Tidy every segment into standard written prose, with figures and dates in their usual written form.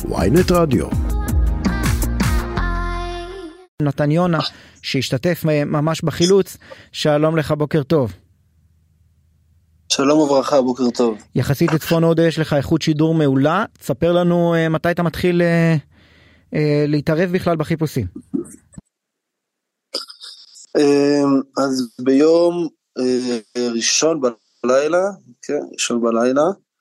ynet רדיו. נתן יונה שהשתתף ממש בחילוץ, שלום לך, בוקר טוב. שלום וברכה, בוקר טוב. יחסית לצפון הודו יש לך איכות שידור מעולה, תספר לנו מתי אתה מתחיל להתערב בכלל בחיפושים. אז ביום ראשון בלילה, כן, ראשון בלילה,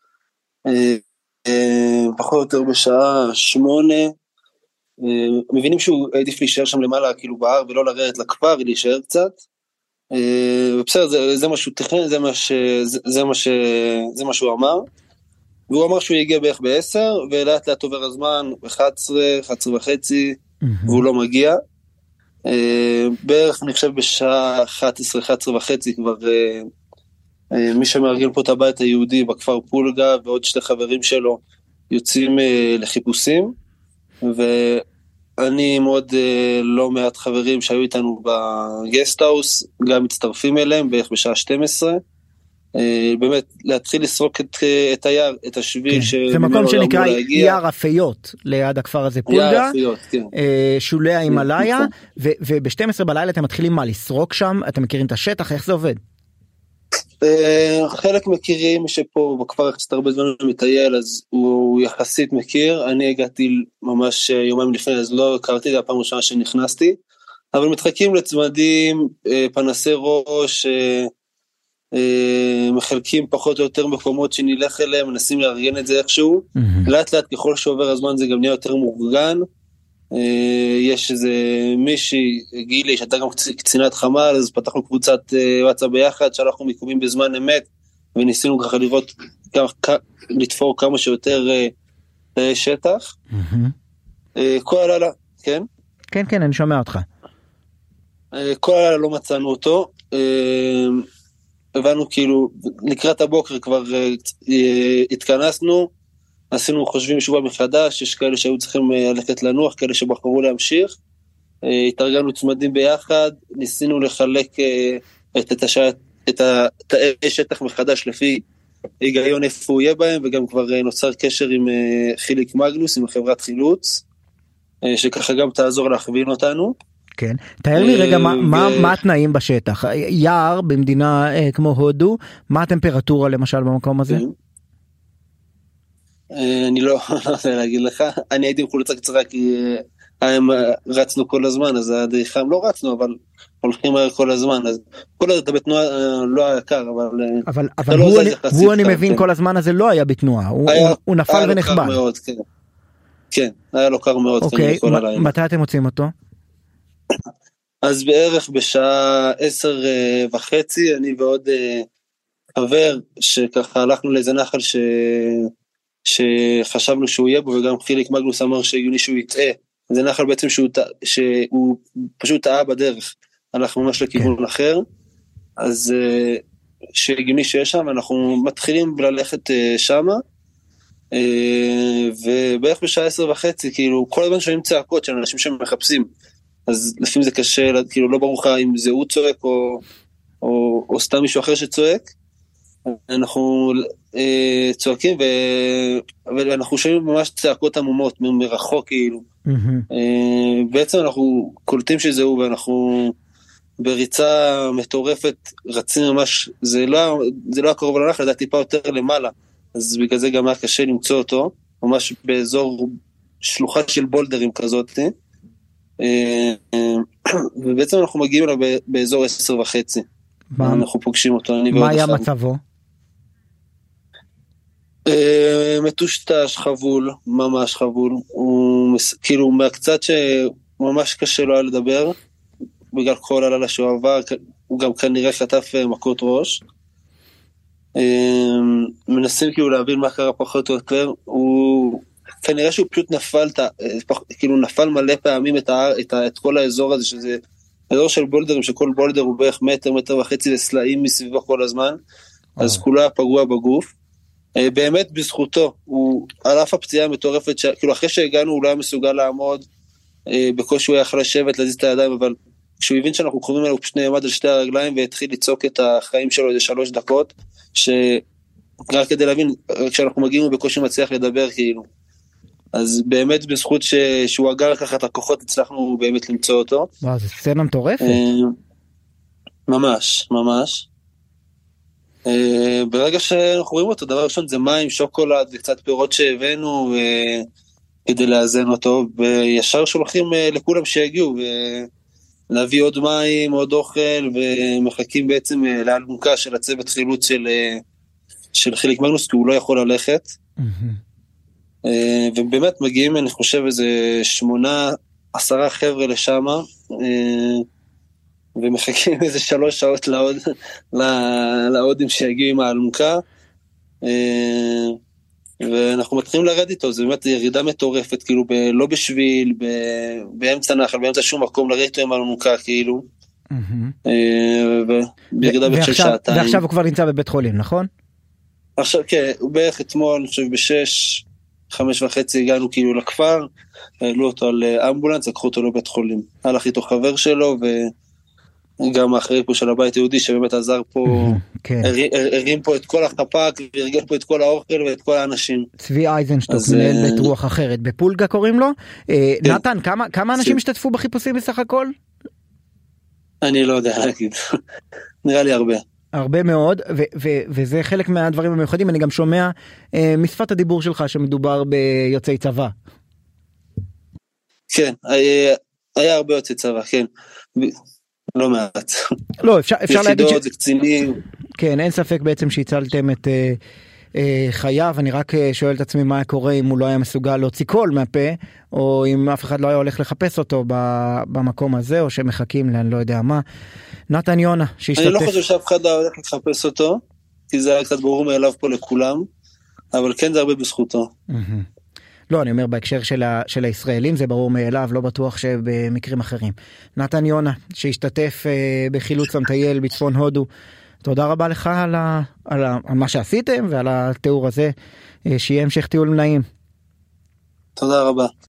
פחות או יותר בשעה 8, מבינים שהוא עדיף להישאר שם למעלה, כאילו בהר, ולא לרדת לכפר ולהישאר קצת, ובסדר, זה מה שהוא תכנן, זה מה שהוא אמר, והוא אמר שהוא יגיע בערך ב-10, ולאט לאט עובר הזמן, 11, 11 וחצי, והוא לא מגיע, בערך אני חושב בשעה 11, 11 וחצי כבר, מי שמארגן פה את הבית היהודי בכפר פולגה, ועוד שתי חברים שלו, יוצאים לחיפושים, ואני מאוד לא מעט חברים שהיו איתנו בגסטהאוס, גם מצטרפים אליהם בערך בשעה 12, באמת להתחיל לסרוק את היער, את השביל, זה מקום שנקרא יער אפיות ליד הכפר הזה פולגה, שולי ההימאליה, וב-12 בלילה אתם מתחילים מה, לסרוק שם? אתם מכירים את השטח? איך זה עובד? חלק מכירים שפה בכפר קצת הרבה זמן מטייל, אז הוא יחסית מכיר. אני הגעתי ממש יומיים לפני, אז לא הכרתי, זה הפעם ראשונה שנכנסתי, אבל מתחקים לצמדים, פנסי ראש, מחלקים פחות או יותר מקומות שנלך אליהם, מנסים לארגן את זה איכשהו, לאט לאט ככל שעובר הזמן זה גם נהיה יותר מאורגן. יש איזה מישהי, גילי, שהייתה גם קצינת חמ"ל, אז פתחנו קבוצת וואטסאפ ביחד, שלחנו מיקומים בזמן אמת, וניסינו ככה לראות, לתפור כמה שיותר שטח. כל הלילה, כן? כן, כן, אני שומע אותך. כל הלילה לא מצאנו אותו, הבנו כאילו, לקראת הבוקר כבר התכנסנו, עשינו חושבים שובה מחדש, יש כאלה שהיו צריכים ללכת לנוח, כאלה שבחרו להמשיך, התארגנו צמדים ביחד, ניסינו לחלק את התאי שטח מחדש לפי היגיון איפה הוא יהיה בהם, וגם כבר נוצר קשר עם חיליק מגנוס, עם חברת חילוץ, שככה גם תעזור להכווין אותנו. כן, תאר לי רגע מה התנאים בשטח, יער במדינה כמו הודו, מה הטמפרטורה למשל במקום הזה? אני לא רוצה להגיד לך, אני הייתי עם חולצה קצרה כי רצנו כל הזמן, אז הדריכם לא רצנו, אבל הולכים כל הזמן, אז כל הזמן בתנועה לא היה קר, אבל הוא אני מבין כל הזמן הזה לא היה בתנועה, הוא נפל ונחבל. כן, היה לו קר מאוד. אוקיי, מתי אתם מוצאים אותו? אז בערך בשעה 10:30, אני ועוד חבר שככה הלכנו לאיזה נחל שחשבנו שהוא יהיה בו, וגם חיליק מגנוס אמר שהגיוני שהוא יטעה, זה נחל בעצם שהוא פשוט טעה בדרך, הלך ממש לכיוון אחר, אז שהגיוני שיש שם, אנחנו מתחילים ללכת שמה, ובערך בשעה 10:30, כאילו כל הזמן שומעים צעקות של אנשים שמחפשים, אז לפעמים זה קשה, כאילו לא ברור אם זה הוא צועק או סתם מישהו אחר שצועק, אנחנו צועקים ואנחנו שומעים ממש צעקות עמומות מרחוק כאילו, בעצם אנחנו קולטים שזהו, ואנחנו בריצה מטורפת רצים ממש, זה לא הקרוב לנחל, זה טיפה יותר למעלה, אז בגלל זה גם היה קשה למצוא אותו, ממש באזור שלוחה של בולדרים כזאת, ובעצם אנחנו מגיעים אליו באזור 10:30, אנחנו פוגשים אותו. מה היה מצבו? מטושטש, חבול, ממש חבול, הוא כאילו מהקצת שממש קשה לו היה לדבר, בגלל כל הלילה שהוא עבר, הוא גם כנראה חטף מכות ראש, מנסים כאילו להבין מה קרה פחות או יותר, הוא כנראה שהוא פשוט נפל, כאילו נפל מלא פעמים את כל האזור הזה, שזה אזור של בולדרים, שכל בולדר הוא בערך מטר וחצי וסלעים מסביבו כל הזמן, אז כולה פגוע בגוף, באמת בזכותו, הוא על אף הפציעה המטורפת, כאילו אחרי שהגענו הוא לא היה מסוגל לעמוד, בקושי הוא היה יכול לשבת, להזיז את הידיים, אבל כשהוא הבין שאנחנו קרובים אליו, הוא פשוט נעמד על שתי הרגליים, והתחיל לצעוק את החיים שלו איזה 3 דקות, רק כדי להבין, כשאנחנו מגיעים הוא בקושי מצליח לדבר כאילו, אז באמת בזכות שהוא אגר ככה את הכוחות, הצלחנו באמת למצוא אותו. וואו, זו סצנה מטורפת. ממש, ממש. ברגע שאנחנו רואים אותו, דבר ראשון זה מים, שוקולד וקצת פירות שהבאנו כדי לאזן אותו, וישר שולחים לכולם שיגיעו, להביא עוד מים, עוד אוכל, ומחכים בעצם לאלונקה של הצוות חילוץ של חיליק מגנוס, כי הוא לא יכול ללכת. ובאמת מגיעים, אני חושב, איזה 8-10 חבר'ה לשם, ומחכים איזה 3 שעות לעודים שיגיעו עם האלונקה, ואנחנו מתחילים לרד איתו, זה באמת ירידה מטורפת, כאילו לא בשביל, באמצע נחל, באמצע שום מקום, לרד איתו עם האלונקה, כאילו, וירידה של שעתיים. ועכשיו הוא כבר נמצא בבית חולים, נכון? עכשיו, כן, הוא בערך אתמול, אני חושב ב6:30 הגענו לכפר, העלו אותו על אמבולנס, לקחו אותו לבית חולים. הלך איתו חבר שלו, וגם האחראי פה של הבית היהודי, שבאמת עזר פה, הרים פה את כל החפ"ק, והרגל פה את כל האוכל ואת כל האנשים. צבי אייזנשטוק, מנהל בית רוח אחרת, בפולגה קוראים לו. נתן, כמה אנשים השתתפו בחיפושים בסך הכל? אני לא יודע להגיד, נראה לי הרבה. הרבה מאוד, וזה חלק מהדברים המיוחדים. אני גם שומע משפת הדיבור שלך שמדובר ביוצאי צבא. כן, היה הרבה יוצאי צבא, כן. לא מעט. לא, אפשר להגיד יחידות וקצינים. כן, אין ספק בעצם שהצלתם את חייו. אני רק שואל את עצמי מה קורה אם הוא לא היה מסוגל להוציא קול מהפה, או אם אף אחד לא היה הולך לחפש אותו במקום הזה, או שמחכים אני לא יודע מה. נתן יונה, שהשתתף. אני לא חושב שאף אחד לא הולך לחפש אותו, כי זה היה קצת ברור מאליו פה לכולם, אבל כן זה הרבה בזכותו. לא, אני אומר בהקשר של הישראלים זה ברור מאליו, לא בטוח שבמקרים אחרים. נתן יונה, שהשתתף בחילוץ המטייל בצפון הודו, תודה רבה לך על מה שעשיתם ועל התיאור הזה, שיהיה המשך טיול נעים. תודה רבה.